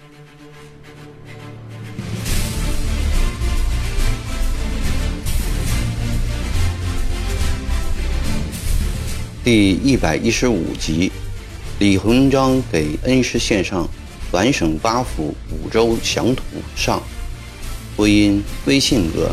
第115集，李鸿章给恩师献上皖省8府5州详图上，播音微信哥。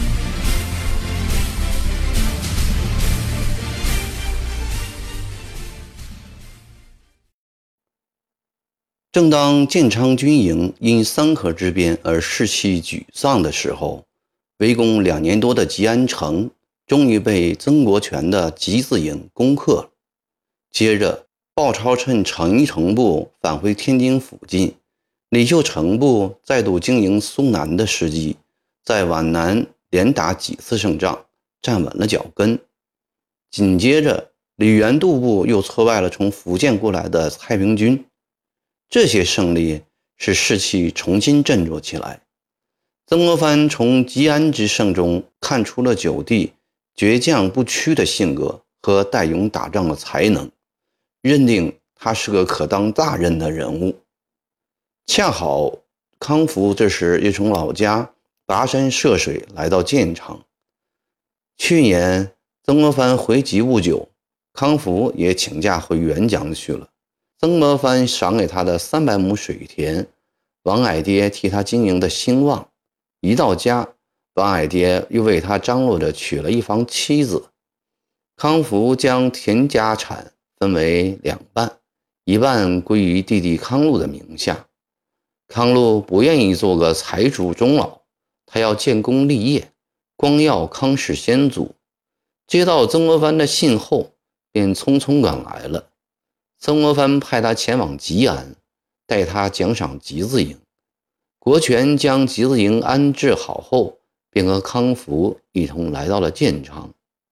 正当建昌军营因三河之变而士气沮丧的时候，围攻2年多的吉安城终于被曾国荃的集字营攻克了。接着，鲍超趁程一成部返回天津附近，李秀成部再度经营苏南的时机，在皖南连打几次胜仗，站稳了脚跟。紧接着，李元度部又挫败了从福建过来的太平军。这些胜利使士气重新振作起来。曾国藩从吉安之胜中看出了九弟倔强不屈的性格和带勇打仗的才能，认定他是个可当大任的人物。恰好康福这时也从老家跋山涉水来到建昌。去年曾国藩回籍不久，康福也请假回沅江去了。曾国藩赏给他的300亩水田，王矮爹替他经营的兴旺。一到家，王矮爹又为他张罗着娶了一房妻子。康福将田家产分为2半，一半归于弟弟康禄的名下。康禄不愿意做个财主终老，他要建功立业，光耀康氏先祖。接到曾国藩的信后，便匆匆赶来了。曾国藩派他前往吉安，带他奖赏集字营。国权将集字营安置好后，便和康福一同来到了建昌。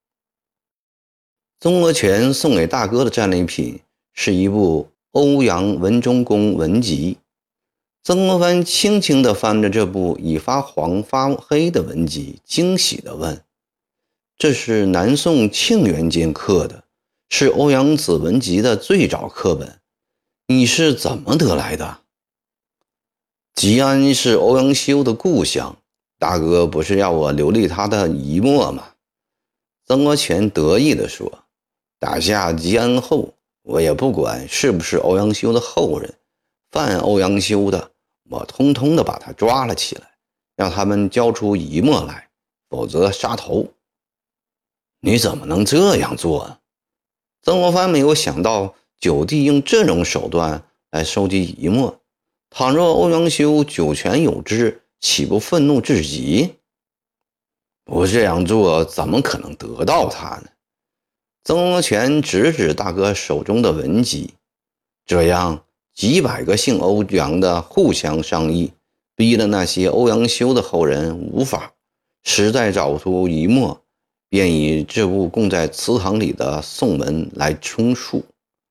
曾国荃送给大哥的战利品是一部欧阳文忠公文集。曾国藩轻轻地翻着这部已发黄发黑的文集，惊喜地问：“这是南宋庆元间刻的，是欧阳子文集的最早刻本，你是怎么得来的？”吉安是欧阳修的故乡，大哥不是要我留立他的遗墨吗？曾国荃得意地说：“打下吉安后，我也不管是不是欧阳修的后人，犯欧阳修的，我通通的把他抓了起来，让他们交出遗墨来，否则杀头。”你怎么能这样做啊？曾国藩没有想到九弟用这种手段来收集遗墨，倘若欧阳修九泉有知，岂不愤怒至极？不这样做，怎么可能得到他呢？曾国荃指指大哥手中的文集，这样几百个姓欧阳的互相商议，逼得那些欧阳修的后人无法，实在找不出遗墨，便以这部供在祠堂里的宋文来充数。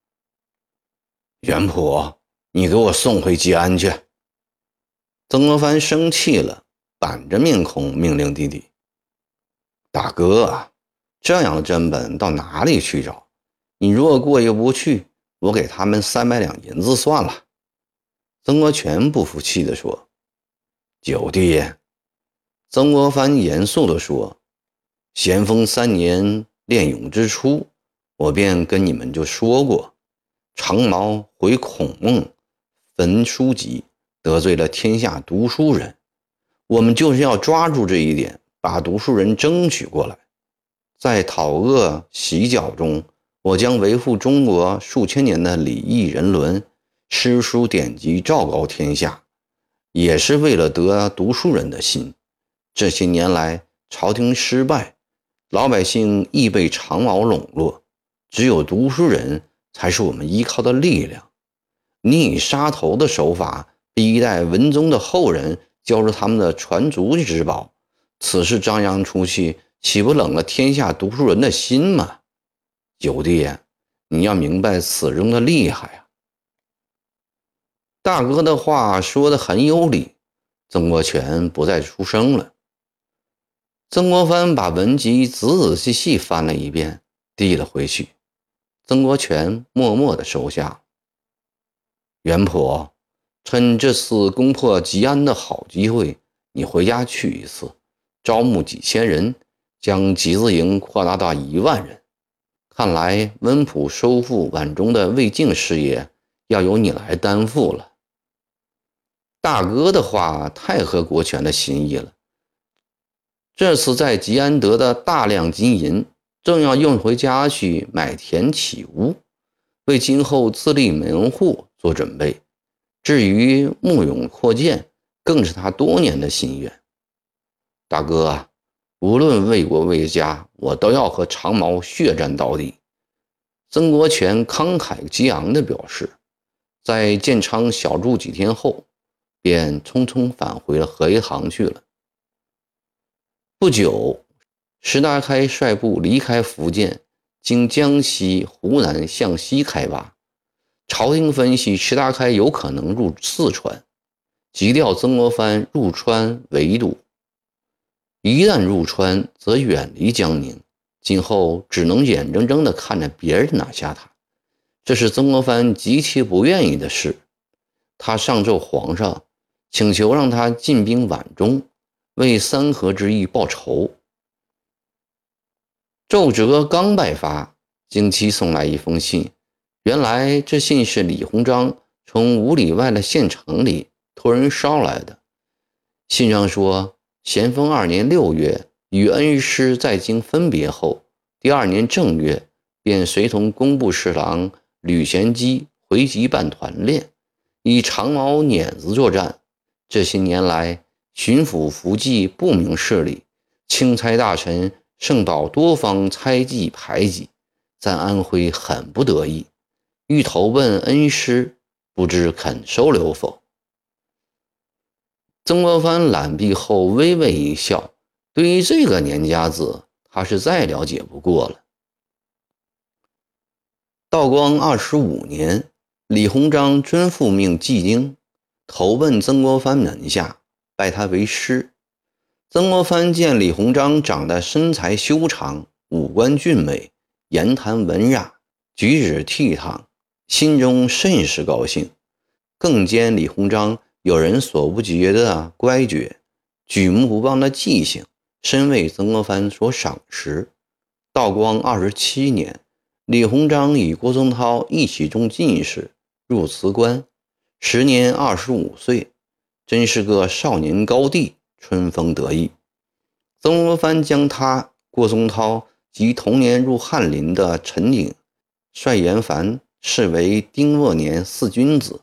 元普，你给我送回吉安去。曾国藩生气了，板着面孔命令弟弟：“大哥啊，这样的真本到哪里去找？你如果过意不去，我给他们300两银子算了。”曾国荃不服气地说：“九弟。”曾国藩严肃地说：“咸丰3年练勇之初，我便跟你们就说过，长毛回孔孟焚书籍，得罪了天下读书人，我们就是要抓住这一点，把读书人争取过来。在讨恶洗剿中，我将维护中国数千年的礼义人伦、诗书典籍昭告天下，也是为了得读书人的心。这些年来，朝廷失败，老百姓亦被长毛笼络，只有读书人才是我们依靠的力量。你以杀头的手法逼一代文宗的后人交出他们的传族之宝，此事张扬出去，岂不冷了天下读书人的心吗？九弟，你要明白此中的厉害啊！大哥的话说得很有理，曾国荃不再出声了。曾国藩把文集仔仔细细翻了一遍，递了回去。曾国荃默默地收下。元普， 趁这次攻破吉安的好机会，你回家去一次，招募几千人，将集字营扩大到1万人。看来温普收复皖中的魏晋事业要由你来担负了。大哥的话太合国权的心意了。这次在吉安得的大量金银，正要用回家去买田起屋，为今后自立门户做准备。至于募勇扩建，更是他多年的心愿。大哥啊，无论为国为家，我都要和长毛血战到底。曾国荃慷慨激昂地表示，在建昌小住几天后，便匆匆返回了合肥行去了。不久，石达开率部离开福建，经江西、湖南向西开挖。朝廷分析石达开有可能入四川，急调曾国藩入川围堵。一旦入川，则远离江宁，今后只能眼睁睁地看着别人拿下他，这是曾国藩极其不愿意的事。他上奏皇上，请求让他进兵皖中，为三河之役报仇。奏折刚拜发，京期送来一封信，原来这信是李鸿章从5里外的县城里托人捎来的。信上说，咸丰2年6月与恩师在京分别后，第2年正月便随同工部侍郎吕贤基回籍办团练，以长毛碾子作战。这些年来，巡抚伏击不明事理，钦差大臣盛保多方猜忌排挤，在安徽很不得意，欲投奔恩师，不知肯收留否。曾国藩览毕后微微一笑，对于这个年家子，他是再了解不过了。道光25年，李鸿章遵父命进京，投奔曾国藩门下，拜他为师。曾国藩见李鸿章长得身材修长，五官俊美，言谈文雅，举止倜傥，心中甚是高兴。更见李鸿章有人所不觉的乖觉，举目不忘的记性，深为曾国藩所赏识。道光27年，李鸿章与郭宗涛一起中进士，入辞官，时年25岁，真是个少年高第，春风得意。曾国藩将他、郭宗涛及同年入翰林的陈鼎、帅严凡视为丁未年4君子。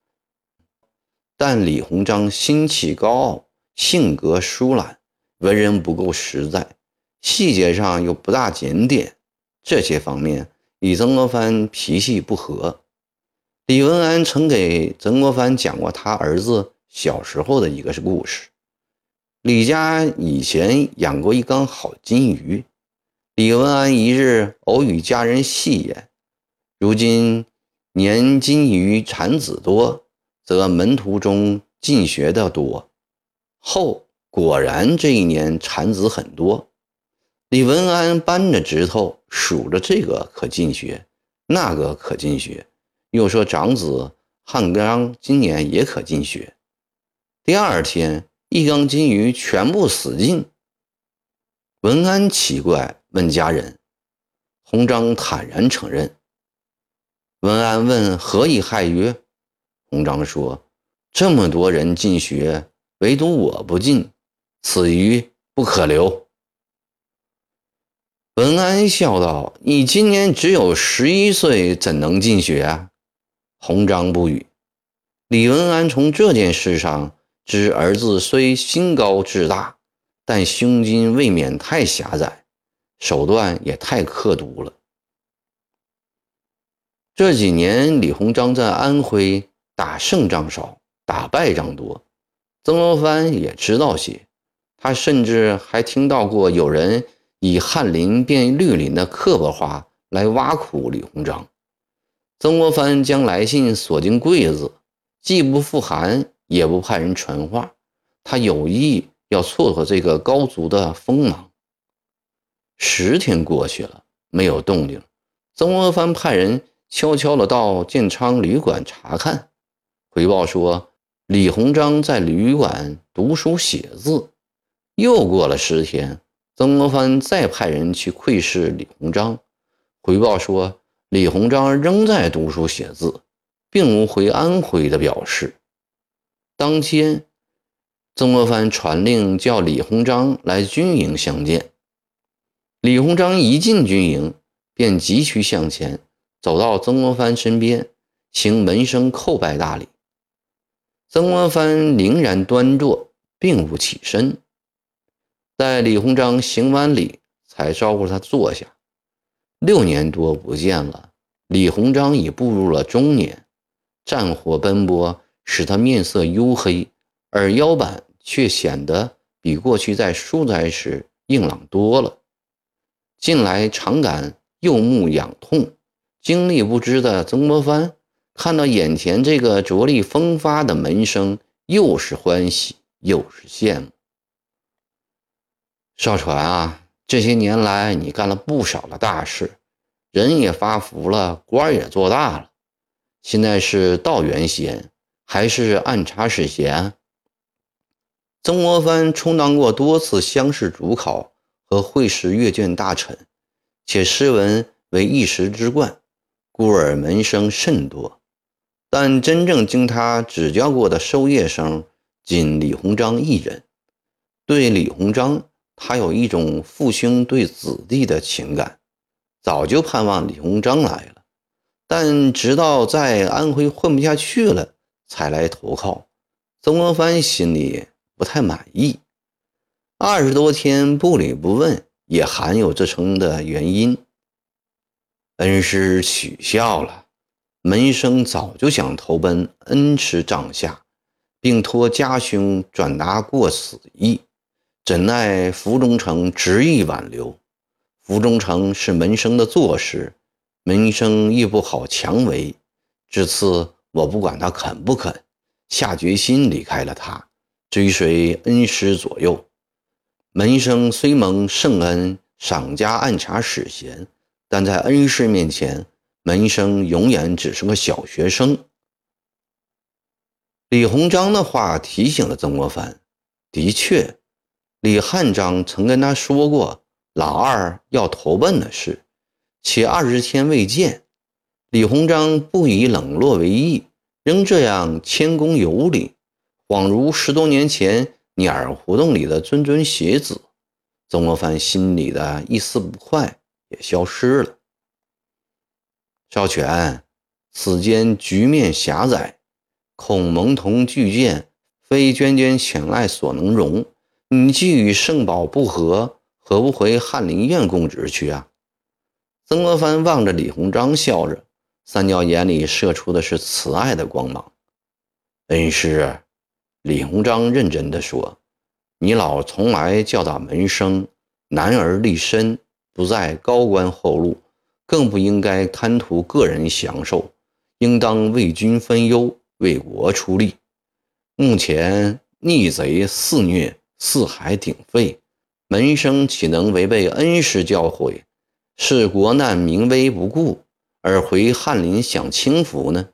但李鸿章心气高傲，性格疏懒，为人不够实在，细节上又不大检点，这些方面与曾国藩脾气不合。李文安曾给曾国藩讲过他儿子小时候的一个故事。李家以前养过一缸好金鱼，李文安一日偶与家人戏言，如今年金鱼产子多，则门徒中进学的多。后果然这一年产子很多。李文安扳着指头数着，这个可进学，那个可进学，又说长子汉刚今年也可进学。第2天，一缸金鱼全部死尽。文安奇怪，问家人，鸿章坦然承认。文安问何以害曰？鸿章说，这么多人进学，唯独我不进，此鱼不可留。文安笑道，你今年只有11岁，怎能进学啊？鸿章不语。李文安从这件事上知儿子虽心高志大，但胸襟未免太狭窄，手段也太刻毒了。这几年李鸿章在安徽打胜仗少，打败仗多，曾国藩也知道些，他甚至还听到过有人以翰林变绿林的刻薄话来挖苦李鸿章。曾国藩将来信锁进柜子，既不复函，也不派人传话，他有意要蹉跎这个高足的锋芒。10天过去了，没有动静。曾国藩派人悄悄地到建昌旅馆查看， 回报说李鸿章在旅馆读书写字。又过了10天，曾国藩再派人去窥视李鸿章，回报说李鸿章仍在读书写字，并无回安徽的表示。当天，曾国藩传令叫李鸿章来军营相见。李鸿章一进军营，便急趋向前，走到曾国藩身边，行门生叩拜大礼。曾国藩凌然端坐，并不起身。待李鸿章行完礼，才招呼他坐下。6年多不见了，李鸿章已步入了中年，战火奔波使他面色黝黑，而腰板却显得比过去在书斋时硬朗多了。近来常感右目痒痛，精力不支的曾国藩看到眼前这个着力风发的门生，又是欢喜又是羡慕。少传啊，这些年来你干了不少的大事，人也发福了，官也做大了。现在是道元衔还是按察使衔？曾国藩充当过多次乡试主考和会试阅卷大臣，且诗文为一时之冠，故而门生甚多。但真正经他指教过的授业生仅李鸿章一人。对李鸿章，他有一种父兄对子弟的情感，早就盼望李鸿章来了，但直到在安徽混不下去了才来投靠。曾国藩心里不太满意，20多天不理不问，也含有这层的原因。恩师取笑了，门生早就想投奔恩师帐下，并托家兄转达过此意，怎奈福中丞执意挽留。福中丞是门生的座师，门生亦不好强为，至此我不管他肯不肯，下决心离开了他，追随恩师左右。门生虽蒙圣恩赏加按察使衔，但在恩师面前，门生永远只是个小学生。李鸿章的话提醒了曾国藩，的确，李汉章曾跟他说过老二要投奔的事，且20天未见，李鸿章不以冷落为意，仍这样谦恭有礼，恍如10多年前鸟儿胡同里的谆谆学子。曾国藩心里的一丝不快也消失了。少荃，此间局面狭窄，恐蒙同巨舰，非涓涓浅爱所能容。你既与圣宝不和，何不回翰林院供职去啊？曾国藩望着李鸿章笑着，三角眼里射出的是慈爱的光芒。恩师，李鸿章认真地说，你老从来教导门生，男儿立身，不在高官厚禄，更不应该贪图个人享受，应当为军分忧，为国出力。目前逆贼肆虐，四海鼎沸，门生岂能违背恩师教诲，视国难民危不顾，而回翰林享清福呢？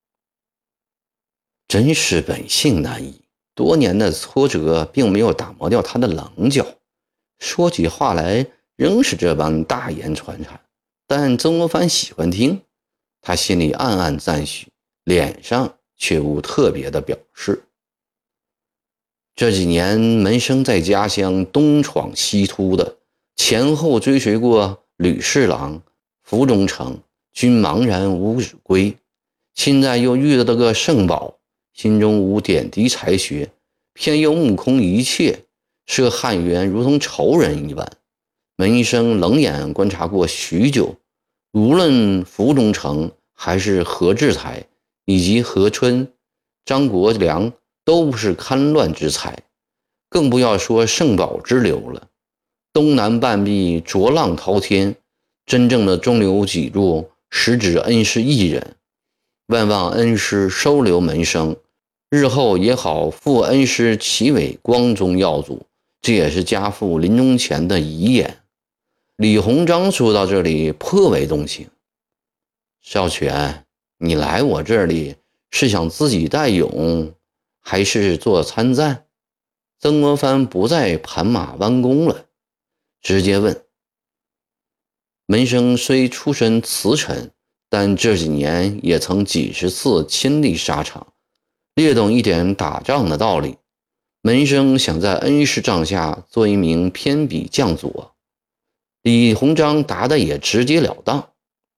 真是本性难移，多年的挫折并没有打磨掉他的棱角，说起话来仍是这般大言传阐。但曾国藩喜欢听，他心里暗暗赞许，脸上却无特别的表示。这几年门生在家乡东闯西突的，前后追随过吕侍郎、福中丞，均茫然无指归。现在又遇到了个圣宝，心中无点滴才学，偏又目空一切，视汉元如同仇人一般。门生冷眼观察过许久，无论福中丞还是何志才以及何春、张国良，都不是戡乱之才，更不要说圣宝之流了。东南半壁浊浪滔天，真正的中流砥柱实指恩师一人。万望恩师收留门生，日后也好复恩师其为光宗耀祖，这也是家父临终前的遗言。李鸿章说到这里颇为动情。少荃，你来我这里是想自己带勇，还是做参赞？曾国藩不再盘马弯弓了，直接问。门生虽出身辞臣，但这几年也曾几十次亲历沙场，略懂一点打仗的道理。门生想在恩师帐下做一名偏笔将佐。李鸿章答得也直截了当。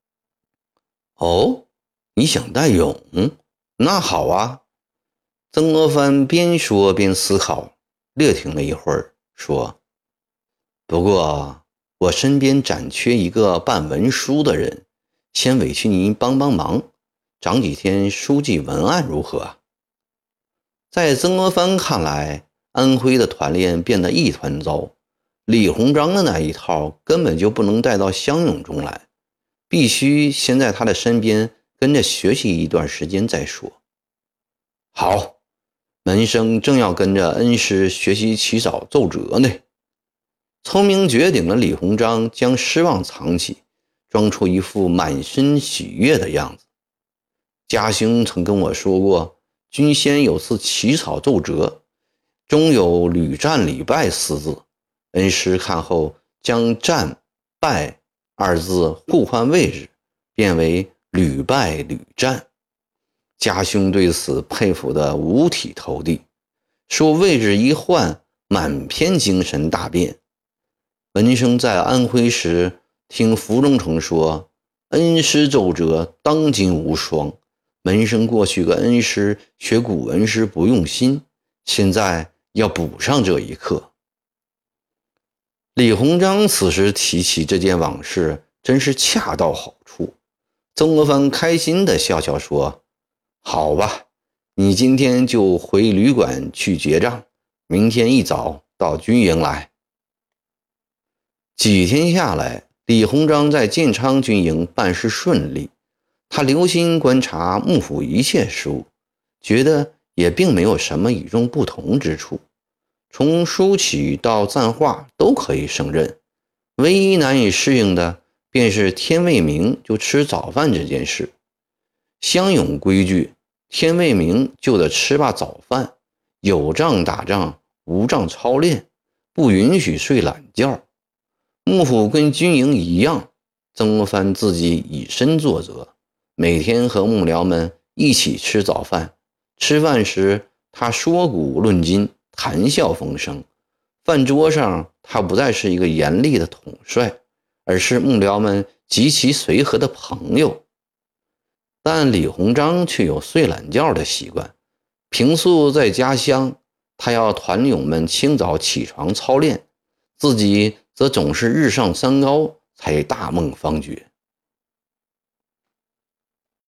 哦，你想带勇？那好啊。曾国藩边说边思考，略停了一会儿，说：不过我身边暂缺一个办文书的人，先委屈您帮帮忙，长几天书记文案如何？在曾国藩看来，安徽的团练变得一团糟，李鸿章的那一套根本就不能带到湘勇中来，必须先在他的身边跟着学习一段时间再说。好，门生正要跟着恩师学习起草奏折呢。聪明绝顶的李鸿章将失望藏起，装出一副满身喜悦的样子。家兄曾跟我说过，君先有次起草奏折，中有屡战屡败四字，恩师看后将战败二字互换位置，变为屡败屡战。家兄对此佩服得五体投地，说位置一换，满篇精神大变。门生在安徽时听芙蓉城说，恩师奏折当今无双，门生过去跟恩师学古文时不用心，现在要补上这一课。李鸿章此时提起这件往事，真是恰到好处。曾国藩开心地笑笑说：好吧，你今天就回旅馆去结账，明天一早到军营来。几天下来，李鸿章在建昌军营办事顺利，他留心观察幕府一切事务，觉得也并没有什么与众不同之处，从书起到赞话都可以胜任，唯一难以适应的便是天未明就吃早饭这件事。湘勇规矩，天未明就得吃罢早饭，有仗打仗，无仗操练，不允许睡懒觉。幕府跟军营一样，曾国藩自己以身作则，每天和幕僚们一起吃早饭。吃饭时，他说古论今，谈笑风生。饭桌上，他不再是一个严厉的统帅，而是幕僚们极其随和的朋友。但李鸿章却有睡懒觉的习惯。平素在家乡，他要团友们清早起床操练，自己则总是日上三高才大梦方觉。